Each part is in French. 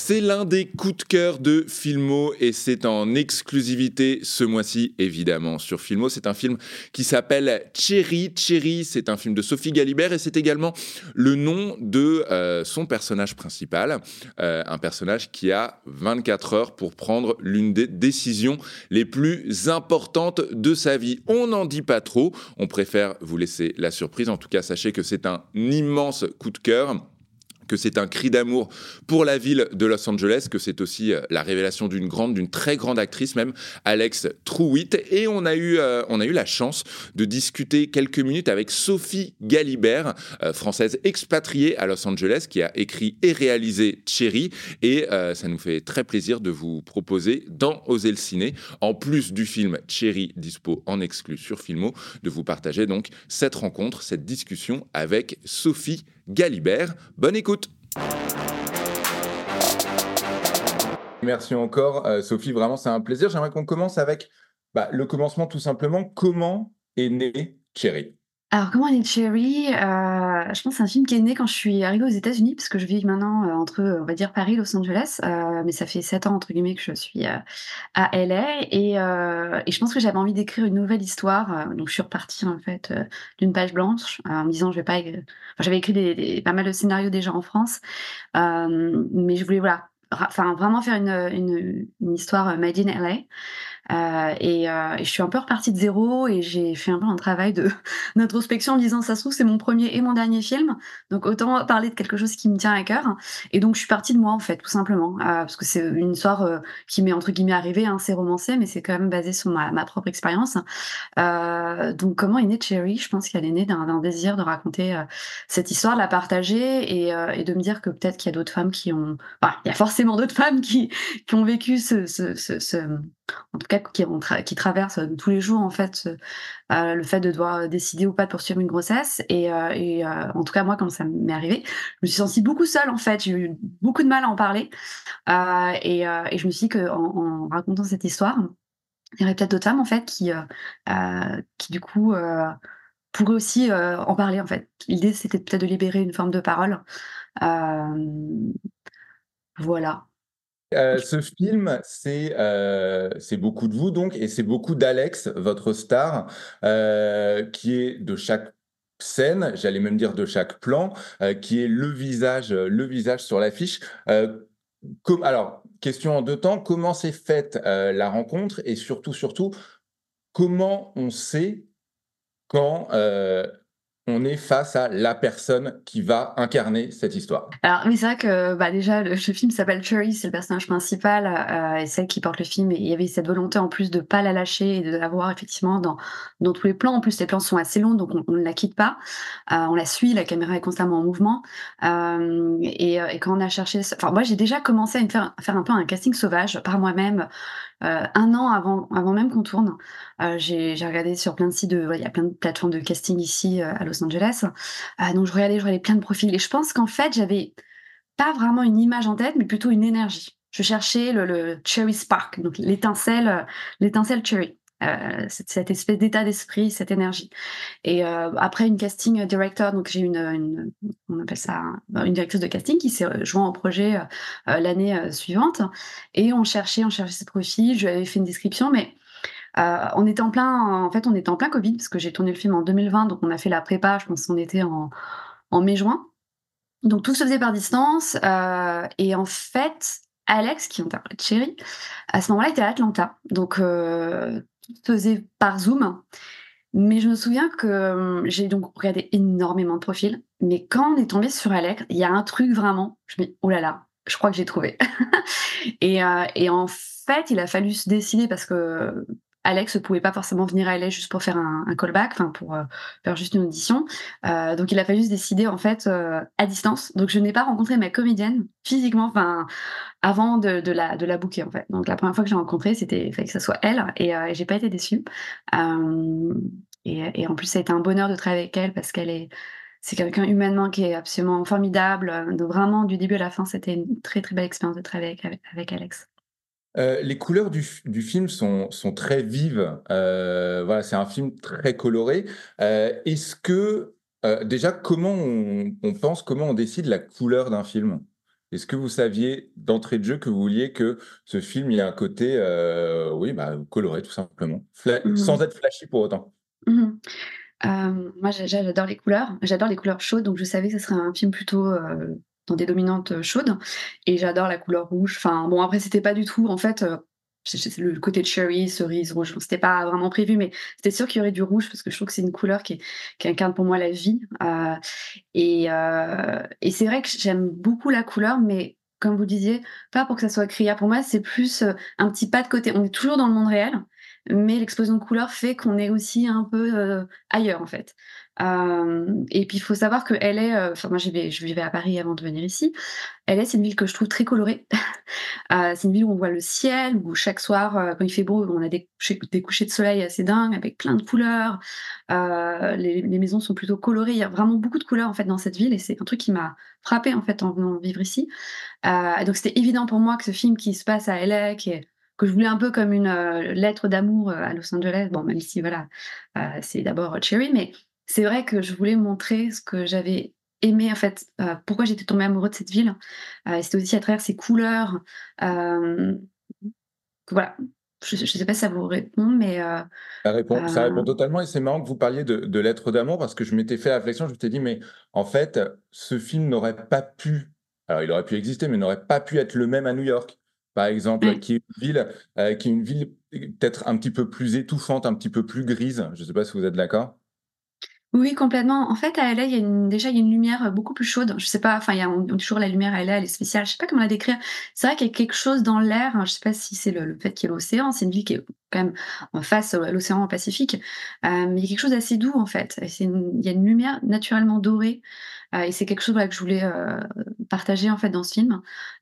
C'est l'un des coups de cœur de Filmo et c'est en exclusivité ce mois-ci, évidemment, sur Filmo. C'est un film qui s'appelle Cherry. Cherry, c'est un film de Sophie Galibert et c'est également le nom de son personnage principal. Un personnage qui a 24 heures pour prendre l'une des décisions les plus importantes de sa vie. On n'en dit pas trop, on préfère vous laisser la surprise. En tout cas, sachez que c'est un immense coup de cœur, que c'est un cri d'amour pour la ville de Los Angeles, que c'est aussi la révélation d'une très grande actrice même, Alex Truitt. Et on a eu la chance de discuter quelques minutes avec Sophie Galibert, française expatriée à Los Angeles, qui a écrit et réalisé Cherry. Et ça nous fait très plaisir de vous proposer dans Oser le ciné, en plus du film Cherry dispo en exclu sur Filmo, de vous partager donc cette rencontre, cette discussion avec Sophie Galibert. Bonne écoute. Merci encore, Sophie. Vraiment, c'est un plaisir. J'aimerais qu'on commence avec le commencement, tout simplement. Comment est né Cherry ? Alors, comment est né Cherry? Je pense que c'est un film qui est né quand je suis arrivée aux États-Unis, parce que je vis maintenant, entre, on va dire Paris, Los Angeles, mais ça fait 7 ans entre guillemets que je suis, à LA et je pense que j'avais envie d'écrire une nouvelle histoire, donc je suis repartie en fait, d'une page blanche, en me disant: «Je vais pas», enfin, j'avais écrit pas mal de scénarios déjà en France, mais je voulais voilà, enfin vraiment faire une histoire, made in LA. Et je suis un peu repartie de zéro et j'ai fait un peu un travail de d'introspection en me disant: «Ça se trouve, c'est mon premier et mon dernier film, donc autant parler de quelque chose qui me tient à cœur», et donc je suis partie de moi, en fait, tout simplement, parce que c'est une histoire, qui m'est entre guillemets «arrivée», hein, c'est romancé, mais c'est quand même basé sur ma propre expérience. Donc comment est née Cherry? Je pense qu'elle est née d'un désir de raconter, cette histoire, de la partager et de me dire que peut-être qu'il y a d'autres femmes qui ont enfin, il y a forcément d'autres femmes qui ont vécu en tout cas qui traversent, tous les jours en fait, le fait de devoir, décider ou pas de poursuivre une grossesse en tout cas moi quand ça m'est arrivé, je me suis sentie beaucoup seule en fait. J'ai eu beaucoup de mal à en parler, et je me suis dit qu'en racontant cette histoire, il y aurait peut-être d'autres femmes en fait qui du coup, pourraient aussi, en parler en fait. L'idée c'était peut-être de libérer une forme de parole, hem, voilà. Ce film, c'est beaucoup de vous donc et c'est beaucoup d'Alex, votre star, qui est de chaque scène, j'allais même dire de chaque plan, qui est le visage sur l'affiche. Alors, question en 2 temps, comment s'est faite, la rencontre et surtout, comment on sait quand, on est face à la personne qui va incarner cette histoire? Alors oui, c'est vrai que, bah, déjà le film s'appelle Cherry, c'est le personnage principal, et celle qui porte le film, et il y avait cette volonté en plus de pas la lâcher et de la voir effectivement dans tous les plans. En plus, les plans sont assez longs, donc on ne la quitte pas. On la suit, la caméra est constamment en mouvement. Et quand on a cherché enfin moi j'ai déjà commencé à faire un peu un casting sauvage par moi-même, 1 an avant même qu'on tourne. J'ai regardé sur plein de sites de ouais, il y a plein de plateformes de casting ici, à Los Angeles. Donc je regardais plein de profils et je pense qu'en fait, j'avais pas vraiment une image en tête, mais plutôt une énergie. Je cherchais le cherry spark, donc l'étincelle cherry, cette espèce d'état d'esprit, cette énergie. Et après une casting director, donc j'ai une on appelle ça une directrice de casting qui s'est, joint au projet, l'année, suivante, et on cherchait ce profil. Je lui avais fait une description, mais on était en plein Covid parce que j'ai tourné le film en 2020, donc on a fait la prépa, je pense qu'on était en mai-juin. Donc tout se faisait par distance, et en fait, Alex, qui interprète Cherry, à ce moment-là était à Atlanta. Donc tout se faisait par Zoom. Mais je me souviens que, j'ai donc regardé énormément de profils, mais quand on est tombé sur Alex, il y a un truc vraiment, je me dis: «Oh là là, je crois que j'ai trouvé». Et en fait, il a fallu se décider parce que Alex ne pouvait pas forcément venir à LA juste pour faire un callback, enfin pour, faire juste une audition. Donc il a fallu se décider en fait, à distance. Donc je n'ai pas rencontré ma comédienne physiquement, enfin avant de la booker en fait. Donc la première fois que je l'ai rencontrée, il fallait que ça soit elle, et j'ai pas été déçue. Hem et en plus ça a été un bonheur de travailler avec elle parce c'est quelqu'un humainement qui est absolument formidable, donc vraiment du début à la fin, c'était une très, très belle expérience de travailler avec Alex. Les couleurs du film sont très vives, voilà, c'est un film très coloré. Est-ce que, déjà, comment on pense, comment on décide la couleur d'un film? Est-ce que vous saviez d'entrée de jeu que vous vouliez que ce film, il y ait un côté, oui, bah, coloré tout simplement, Mmh sans être flashy pour autant? mh. Mmh. Moi j'adore les couleurs chaudes, donc je savais que ce serait un film plutôt, dans des dominantes, chaudes et j'adore la couleur rouge. Enfin bon après c'était pas du tout en fait, c'est le côté cherry, cerise, rouge, c'était pas vraiment prévu, mais c'était sûr qu'il y aurait du rouge parce que je trouve que c'est une couleur qui incarne pour moi la vie, et c'est vrai que j'aime beaucoup la couleur, mais comme vous disiez, pas pour que ça soit criard. Pour moi, c'est plus, un petit pas de côté. On est toujours dans le monde réel, mais l'explosion de couleurs fait qu'on est aussi un peu, ailleurs, en fait. Et puis il faut savoir que LA, enfin moi je vivais à Paris avant de venir ici. LA, c'est une ville que je trouve très colorée. C'est une ville où on voit le ciel, où chaque soir, quand il fait beau, on a des couchers de soleil assez dingues avec plein de couleurs. Les maisons sont plutôt colorées. Il y a vraiment beaucoup de couleurs, en fait, dans cette ville et c'est un truc qui m'a frappée, en fait, en venant vivre ici. Donc c'était évident pour moi que ce film qui se passe à LA, que je voulais un peu comme une, lettre d'amour, à Los Angeles, bon, même si voilà, c'est d'abord Cherry, mais c'est vrai que je voulais montrer ce que j'avais aimé, en fait, pourquoi j'étais tombée amoureuse de cette ville. Et c'était aussi à travers ses couleurs, hem, voilà. Je sais pas si ça vous répond, mais Ça répond totalement et c'est marrant que vous parliez de lettres d'amour parce que je m'étais fait la réflexion, je m'étais dit: «Mais en fait, ce film n'aurait pas pu» alors il aurait pu exister, mais n'aurait pas pu être le même à New York, par exemple, ouais. qui est une ville peut-être un petit peu plus étouffante, un petit peu plus grise. Je ne sais pas si vous êtes d'accord? Oui, complètement. En fait, à LA, il y a une lumière, beaucoup plus chaude. Je sais pas, enfin, il y a on dit toujours la lumière à LA, elle est spéciale. Je sais pas comment la décrire. C'est vrai qu'il y a quelque chose dans l'air, hein, je sais pas si c'est le fait qu'il y ait l'océan. C'est une ville qui est quand même en face, à l'océan Pacifique, mais il y a quelque chose d'assez doux, en fait et il y a une lumière naturellement dorée, et c'est quelque chose, voilà, que je voulais, partager, en fait, dans ce film,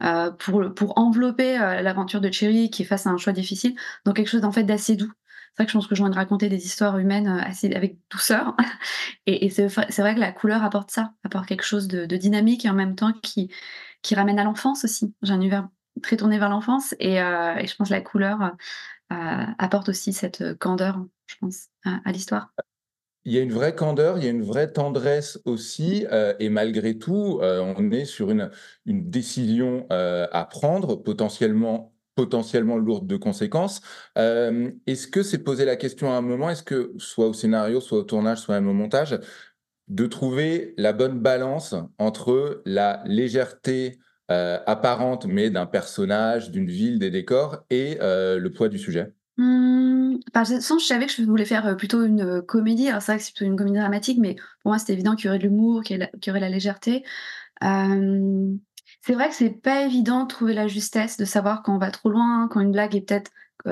pour envelopper, l'aventure de Cherry qui est face à un choix difficile, dans quelque chose, en fait, d'assez doux. C'est vrai que je pense que j'ai envie de raconter des histoires humaines, assez avec douceur. Et c'est vrai que la couleur apporte ça, apporte quelque chose de dynamique et en même temps qui ramène à l'enfance aussi. J'ai un univers très tourné vers l'enfance et je pense que la couleur, apporte aussi cette, candeur, je pense, à l'histoire. Il y a une vraie candeur, il y a une vraie tendresse aussi, et malgré tout, on est sur une décision, à prendre, potentiellement lourde de conséquences. Est-ce que c'est posé la question à un moment, est-ce que soit au scénario, soit au tournage, soit même au montage, de trouver la bonne balance entre la légèreté, apparente, mais d'un personnage, d'une ville, des décors et le poids du sujet? Par ce sens, je savais que je voulais faire, plutôt une, comédie. Alors c'est vrai que c'est plutôt une comédie dramatique, mais pour moi, c'était évident qu'il y aurait de l'humour, qu'il y aurait la légèreté. Hem, c'est vrai que c'est pas évident de trouver la justesse, de savoir quand on va trop loin, quand une blague est peut-être,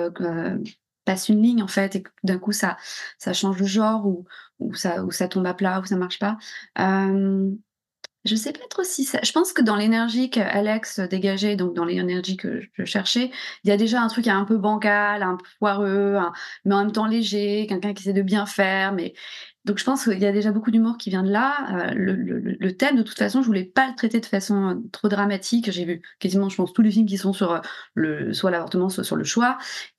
passe une ligne en fait et que d'un coup ça change de genre ou ça tombe à plat ou ça marche pas. Hem, je sais pas trop si ça je pense que dans l'énergie qu'Alex dégageait, donc dans l'énergie que je cherchais, il y a déjà un truc un peu bancal, un peu foireux, mais en même temps léger, quelqu'un qui essaie de bien faire, mais donc je pense qu'il y a déjà beaucoup d'humour qui vient de là. Le thème de toute façon, je voulais pas le traiter de façon, trop dramatique. J'ai vu quasiment, je pense, tous les films qui sont sur, le soit l'avortement, soit sur le choix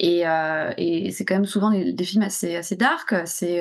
et c'est quand même souvent des films assez dark,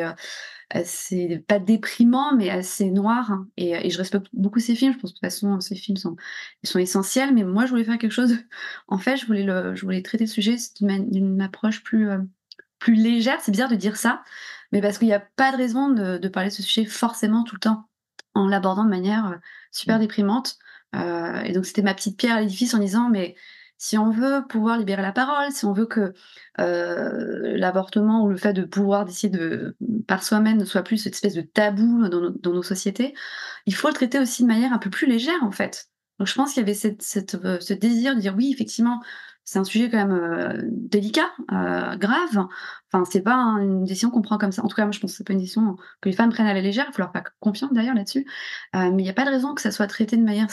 assez pas déprimant, mais assez noir, hein, et je respecte beaucoup ces films. Je pense que de toute façon, ces films ils sont essentiels, mais moi, je voulais faire quelque chose en fait, je voulais traiter le sujet d'une approche plus légère. C'est bizarre de dire ça, mais parce qu'il y a pas de raison de parler de ce sujet forcément tout le temps en l'abordant de manière, super déprimante, et donc c'était ma petite pierre à l'édifice en disant: «Mais si on veut pouvoir libérer la parole, si on veut que, l'avortement ou le fait de pouvoir décider par soi-même ne soit plus cette espèce de tabou dans nos sociétés, il faut le traiter aussi de manière un peu plus légère, en fait». Donc je pense qu'il y avait ce désir de dire: «Oui, effectivement, c'est un sujet quand même, délicat, grave. Enfin, c'est pas une décision qu'on prend comme ça». En tout cas, moi, je pense que c'est pas une décision que les femmes prennent à la légère. Il faut leur faire confiance d'ailleurs là-dessus. Mais il y a pas de raison que ça soit traité de manière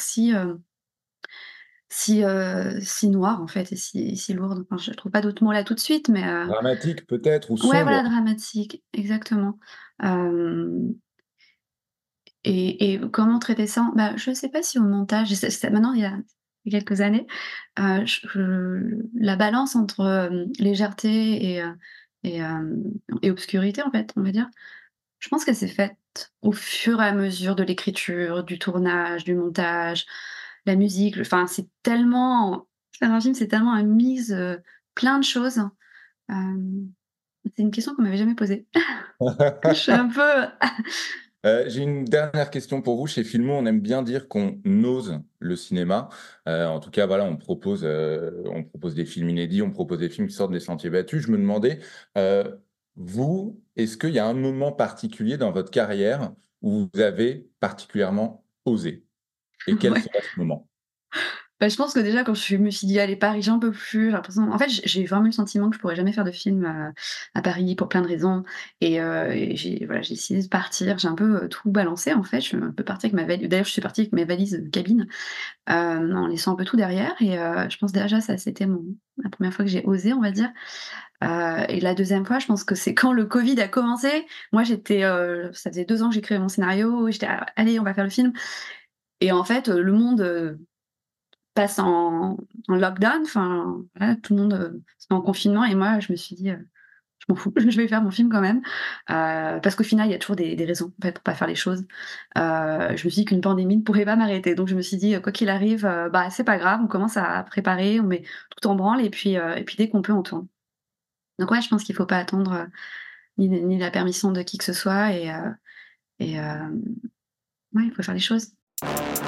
si noire, en fait, et si lourde. Enfin, je trouve pas d'autres mots là tout de suite, mais Dramatique peut-être ou ouais, sombre? voilà, dramatique, exactement. Hem et comment traiter ça? Bah, je sais pas si au montage, c'est maintenant il y a quelques années, je la balance entre, légèreté et obscurité, en fait, on va dire. Je pense qu'elle s'est faite au fur et à mesure de l'écriture, du tournage, du montage. la musique, enfin, c'est tellement faire un film, c'est tellement un mix, plein de choses. Hem, c'est une question qu'on m'avait jamais posée. Je suis un peu J'ai une dernière question pour vous. Chez Filmo, on aime bien dire qu'on ose le cinéma. En tout cas, voilà, on propose des films inédits, on propose des films qui sortent des sentiers battus. Je me demandais, vous, est-ce qu'il y a un moment particulier dans votre carrière où vous avez particulièrement osé? Et quel ouais. serait ce moment? Bah, je pense que déjà quand je me suis dit: «Allez Paris, j'en peux plus», j'ai l'impression en fait, j'ai vraiment eu le sentiment que je pourrais jamais faire de film, à Paris pour plein de raisons et j'ai décidé de partir. J'ai un peu, tout balancé en fait, je suis un peu partie avec ma valise. D'ailleurs, je suis partie avec mes valises, cabine, en laissant un peu tout derrière et je pense déjà ça, c'était mon la première fois que j'ai osé, on va dire, et la deuxième fois, je pense que c'est quand le covid a commencé. Moi, ça faisait 2 ans que j'écrivais mon scénario, j'étais: «Ah allez, on va faire le film» et en fait, le monde, passe en lockdown, enfin, voilà, tout le monde, se met en confinement et moi, je me suis dit: «Je m'en fous, je vais faire mon film quand même». Parce qu'au final, il y a toujours des raisons, en fait, pour pas faire les choses. Je me suis dit qu'une pandémie ne pourrait pas m'arrêter, donc je me suis dit: «Quoi qu'il arrive, bah, c'est pas grave, on commence à préparer, on met tout en branle et puis dès qu'on peut, on tourne». Donc ouais, je pense qu'il faut pas attendre, ni la permission de qui que ce soit et ouais, il faut faire les choses.